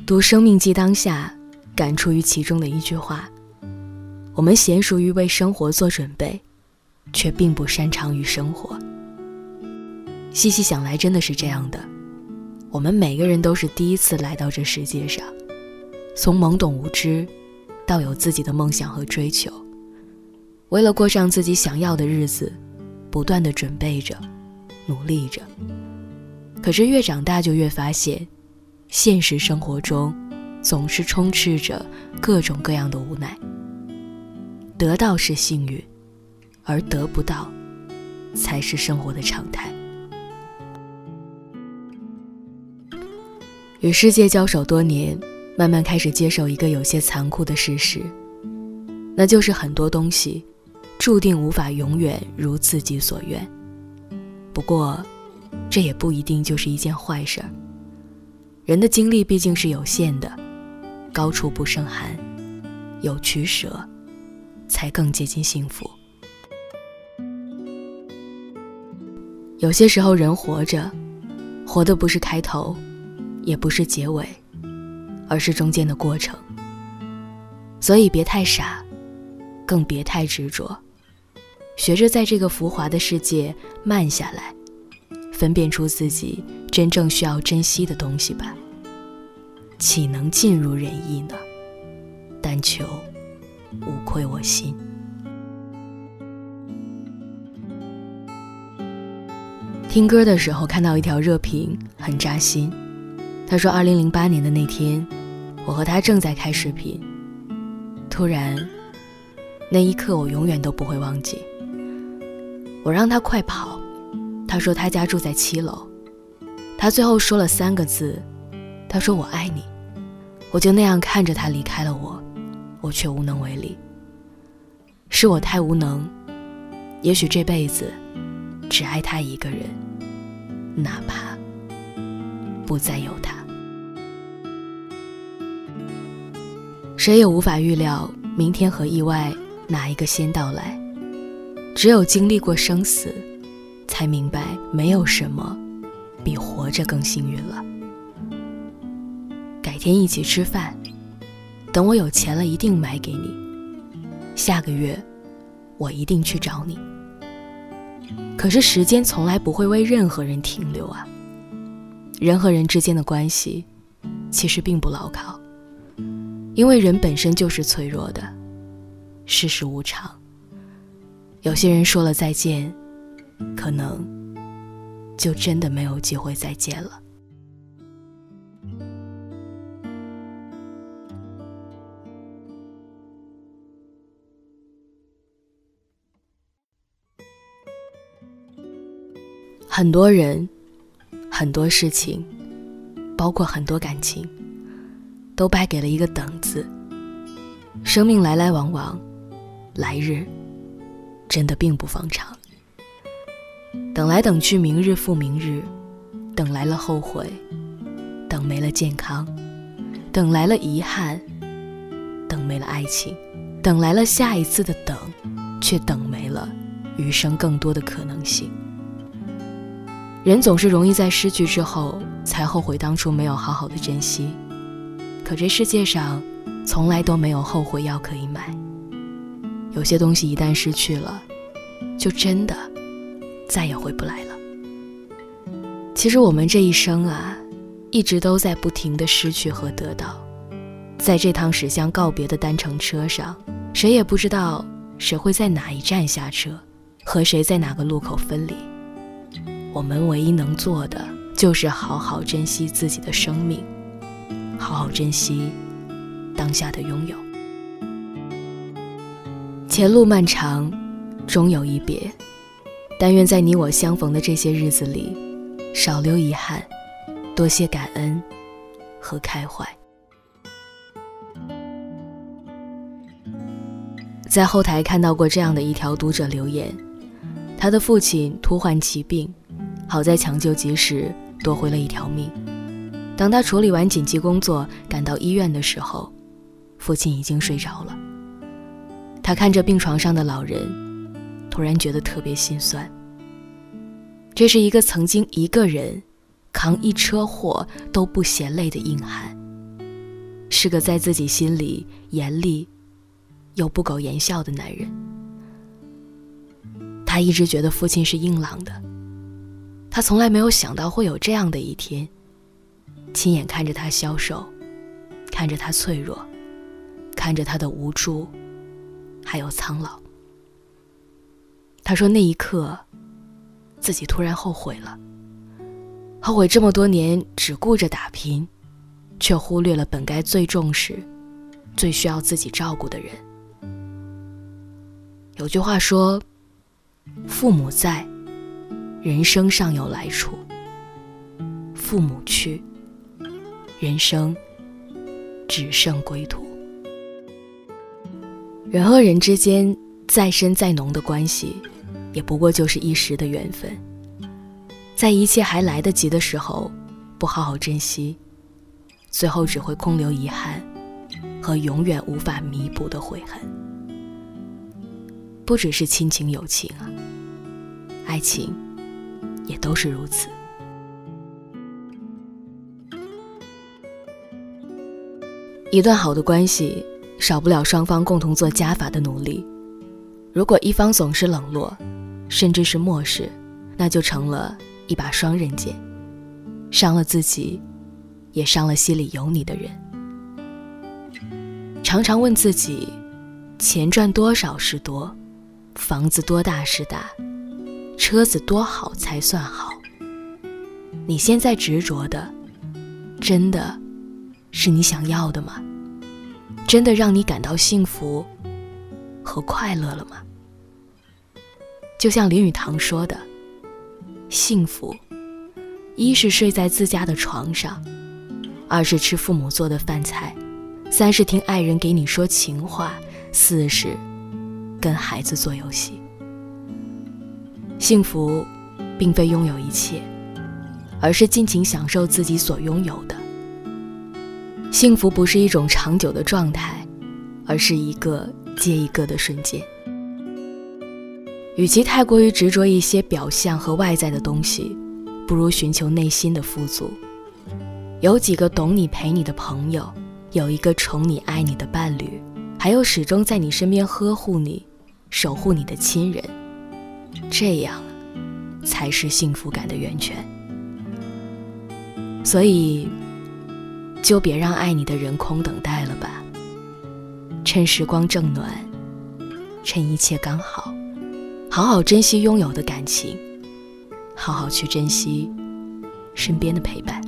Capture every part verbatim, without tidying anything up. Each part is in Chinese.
读《生命即当下》，感触于其中的一句话：我们娴熟于为生活做准备，却并不擅长于生活。细细想来，真的是这样的。我们每个人都是第一次来到这世界上，从懵懂无知到有自己的梦想和追求，为了过上自己想要的日子，不断地准备着，努力着。可是越长大就越发现，现实生活中总是充斥着各种各样的无奈。得到是幸运，而得不到才是生活的常态。与世界交手多年，慢慢开始接受一个有些残酷的事实，那就是很多东西注定无法永远如自己所愿。不过这也不一定就是一件坏事儿。人的精力毕竟是有限的，高处不胜寒，有取舍才更接近幸福。有些时候人活着，活的不是开头，也不是结尾，而是中间的过程。所以别太傻，更别太执着，学着在这个浮华的世界慢下来，分辨出自己真正需要珍惜的东西吧。岂能尽如人意呢？但求无愧我心。听歌的时候看到一条热评很扎心，他说二零零八年的那天，我和他正在开视频，突然那一刻我永远都不会忘记。我让他快跑，他说他家住在七楼，他最后说了三个字，他说我爱你。我就那样看着他离开了我，我却无能为力。是我太无能，也许这辈子只爱他一个人，哪怕不再有他。谁也无法预料明天和意外哪一个先到来，只有经历过生死，才明白没有什么比活着更幸运了。改天一起吃饭，等我有钱了一定买给你，下个月我一定去找你。可是时间从来不会为任何人停留啊，人和人之间的关系其实并不牢靠，因为人本身就是脆弱的，世事无常。有些人说了再见，可能就真的没有机会再见了。很多人，很多事情，包括很多感情，都败给了一个等字。生命来来往往，来日真的并不方长。等来等去，明日复明日，等来了后悔，等没了健康，等来了遗憾，等没了爱情，等来了下一次的等，却等没了余生更多的可能性。人总是容易在失去之后才后悔当初没有好好的珍惜，可这世界上从来都没有后悔药可以买。有些东西一旦失去了，就真的再也回不来了。其实我们这一生啊，一直都在不停的失去和得到。在这趟驶向告别的单程车上，谁也不知道谁会在哪一站下车，和谁在哪个路口分离。我们唯一能做的就是好好珍惜自己的生命，好好珍惜当下的拥有。前路漫长，终有一别，但愿在你我相逢的这些日子里，少留遗憾，多些感恩和开怀。在后台看到过这样的一条读者留言，他的父亲突患奇病，好在抢救及时，夺回了一条命。当他处理完紧急工作赶到医院的时候，父亲已经睡着了。他看着病床上的老人，突然觉得特别心酸。这是一个曾经一个人扛一车祸都不嫌累的硬汉， 是个在自己心里严厉又不苟言笑的男人。他一直觉得父亲是硬朗的，他从来没有想到会有这样的一天，亲眼看着他消瘦，看着他脆弱，看着他的无助还有苍老。他说那一刻自己突然后悔了，后悔这么多年只顾着打拼，却忽略了本该最重视最需要自己照顾的人。有句话说，父母在，人生尚有来处；父母去，人生只剩归途。人和人之间再深再浓的关系，也不过就是一时的缘分。在一切还来得及的时候，不好好珍惜，最后只会空留遗憾和永远无法弥补的悔恨。不只是亲情友情啊，爱情也都是如此。一段好的关系，少不了双方共同做加法的努力。如果一方总是冷落，甚至是漠视，那就成了一把双刃剑，伤了自己，也伤了心里有你的人。常常问自己，钱赚多少是多，房子多大是大，车子多好才算好。你现在执着的，真的是你想要的吗？真的让你感到幸福和快乐了吗？就像林语堂说的，幸福一是睡在自家的床上，二是吃父母做的饭菜，三是听爱人给你说情话，四是跟孩子做游戏。幸福并非拥有一切，而是尽情享受自己所拥有的。幸福不是一种长久的状态，而是一个接一个的瞬间。与其太过于执着一些表象和外在的东西，不如寻求内心的富足。有几个懂你陪你的朋友，有一个宠你爱你的伴侣，还有始终在你身边呵护你守护你的亲人，这样才是幸福感的源泉。所以就别让爱你的人空等待了吧，趁时光正暖，趁一切刚好，好好珍惜拥有的感情，好好去珍惜身边的陪伴。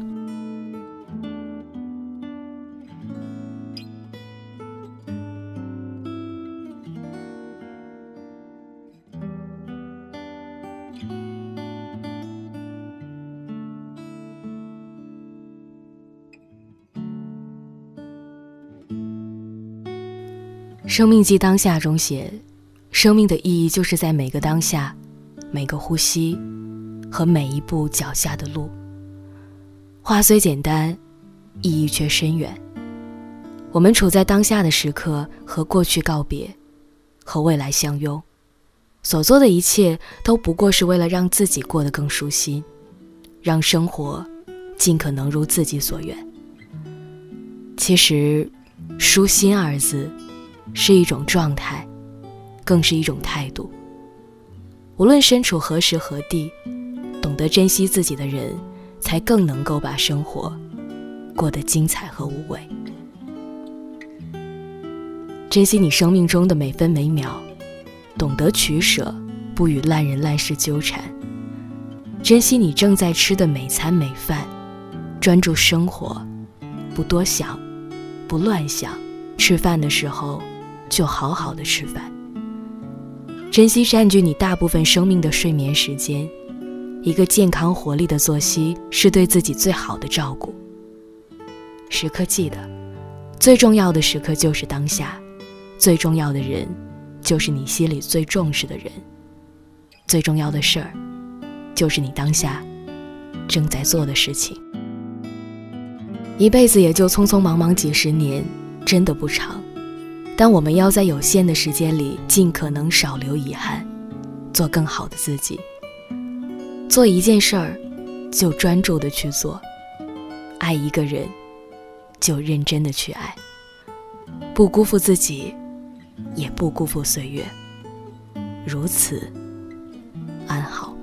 生命记当下中写，生命的意义就是在每个当下，每个呼吸和每一步脚下的路。话虽简单，意义却深远。我们处在当下的时刻，和过去告别，和未来相拥，所做的一切都不过是为了让自己过得更舒心，让生活尽可能如自己所愿。其实舒心二字是一种状态，更是一种态度。无论身处何时何地，懂得珍惜自己的人，才更能够把生活过得精彩和无畏。珍惜你生命中的每分每秒，懂得取舍，不与烂人烂事纠缠。珍惜你正在吃的每餐每饭，专注生活，不多想，不乱想，吃饭的时候就好好的吃饭。珍惜占据你大部分生命的睡眠时间，一个健康活力的作息是对自己最好的照顾。时刻记得，最重要的时刻就是当下，最重要的人就是你心里最重视的人，最重要的事儿就是你当下正在做的事情。一辈子也就匆匆忙忙几十年，真的不长，但我们要在有限的时间里尽可能少留遗憾，做更好的自己。做一件事儿就专注的去做，爱一个人就认真的去爱，不辜负自己，也不辜负岁月，如此安好。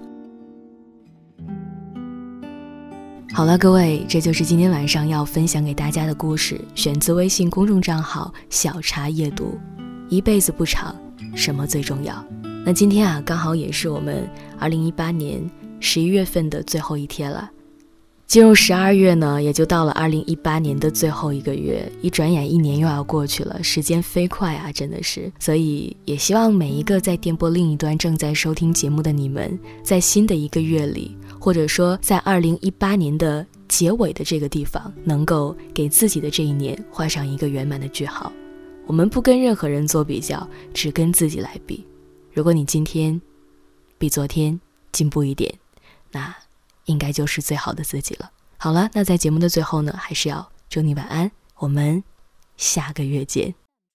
好了，各位，这就是今天晚上要分享给大家的故事，选自微信公众账号小茶夜读。一辈子不长，什么最重要？那今天啊，刚好也是我们二零一八年十一月份的最后一天了。进入十二月呢，也就到了二零一八年的最后一个月，一转眼一年又要过去了，时间飞快啊，真的是。所以也希望每一个在电波另一端正在收听节目的你们，在新的一个月里，或者说在二零一八年的结尾的这个地方，能够给自己的这一年画上一个圆满的句号。我们不跟任何人做比较，只跟自己来比。如果你今天比昨天进步一点，那应该就是最好的自己了。好了，那在节目的最后呢，还是要祝你晚安，我们下个月见。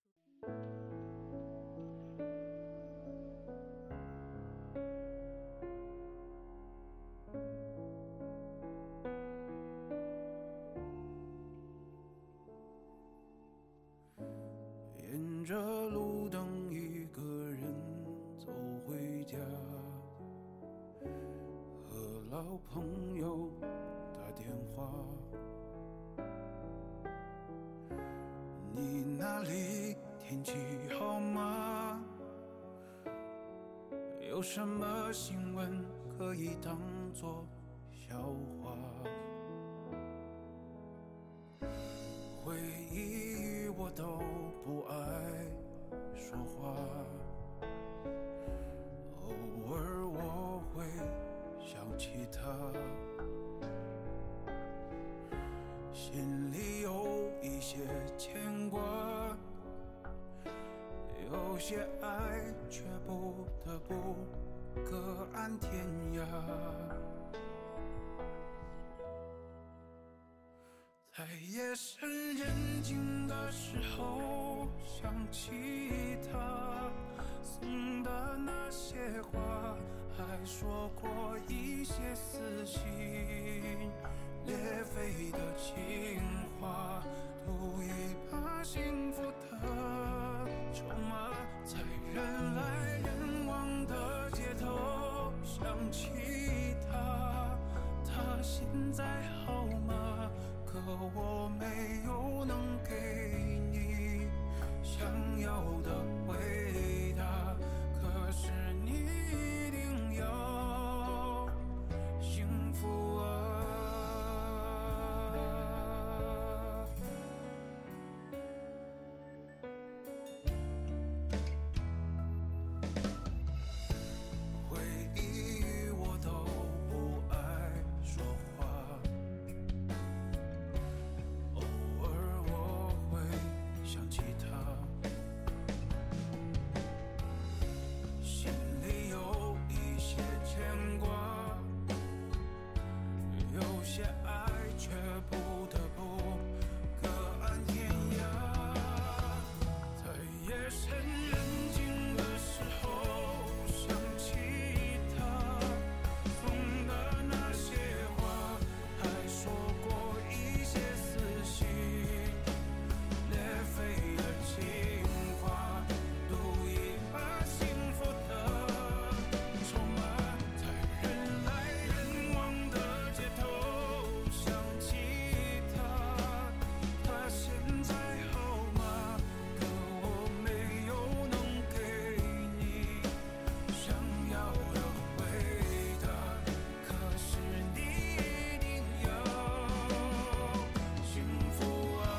沿着路灯一个人走回家，和老朋友打电话，你那里天气好吗？有什么新闻可以当作笑话？回忆我都不爱说话，偶尔我会想起他，心里有一些牵挂，有些爱却不得不各安天涯。在夜深人静的时候，想起他送的那些话，还说过一些撕心裂肺的情话，赌一把幸福的筹码，在人来人往的街头想起他，他现在好吗？可我没有能给你想要的回答，可是你一定要幸福啊。回忆我都不爱说话，想起他，心里有一些牵挂，有些爱却不得不各安天涯。在夜深人静的时候，想起他送的那些话，还说过一些撕心裂肺的情话，赌一把幸福的筹码，在人来人往的街头想起他，他现在好吗？可我没有能给你想要的回答，可是你一定要幸福啊。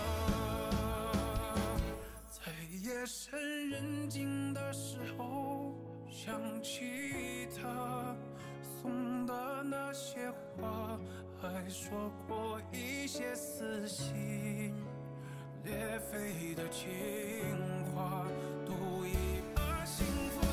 在夜深人静的时候，想起他送的那些话，还说过一些撕心裂肺的情话，赌一把幸福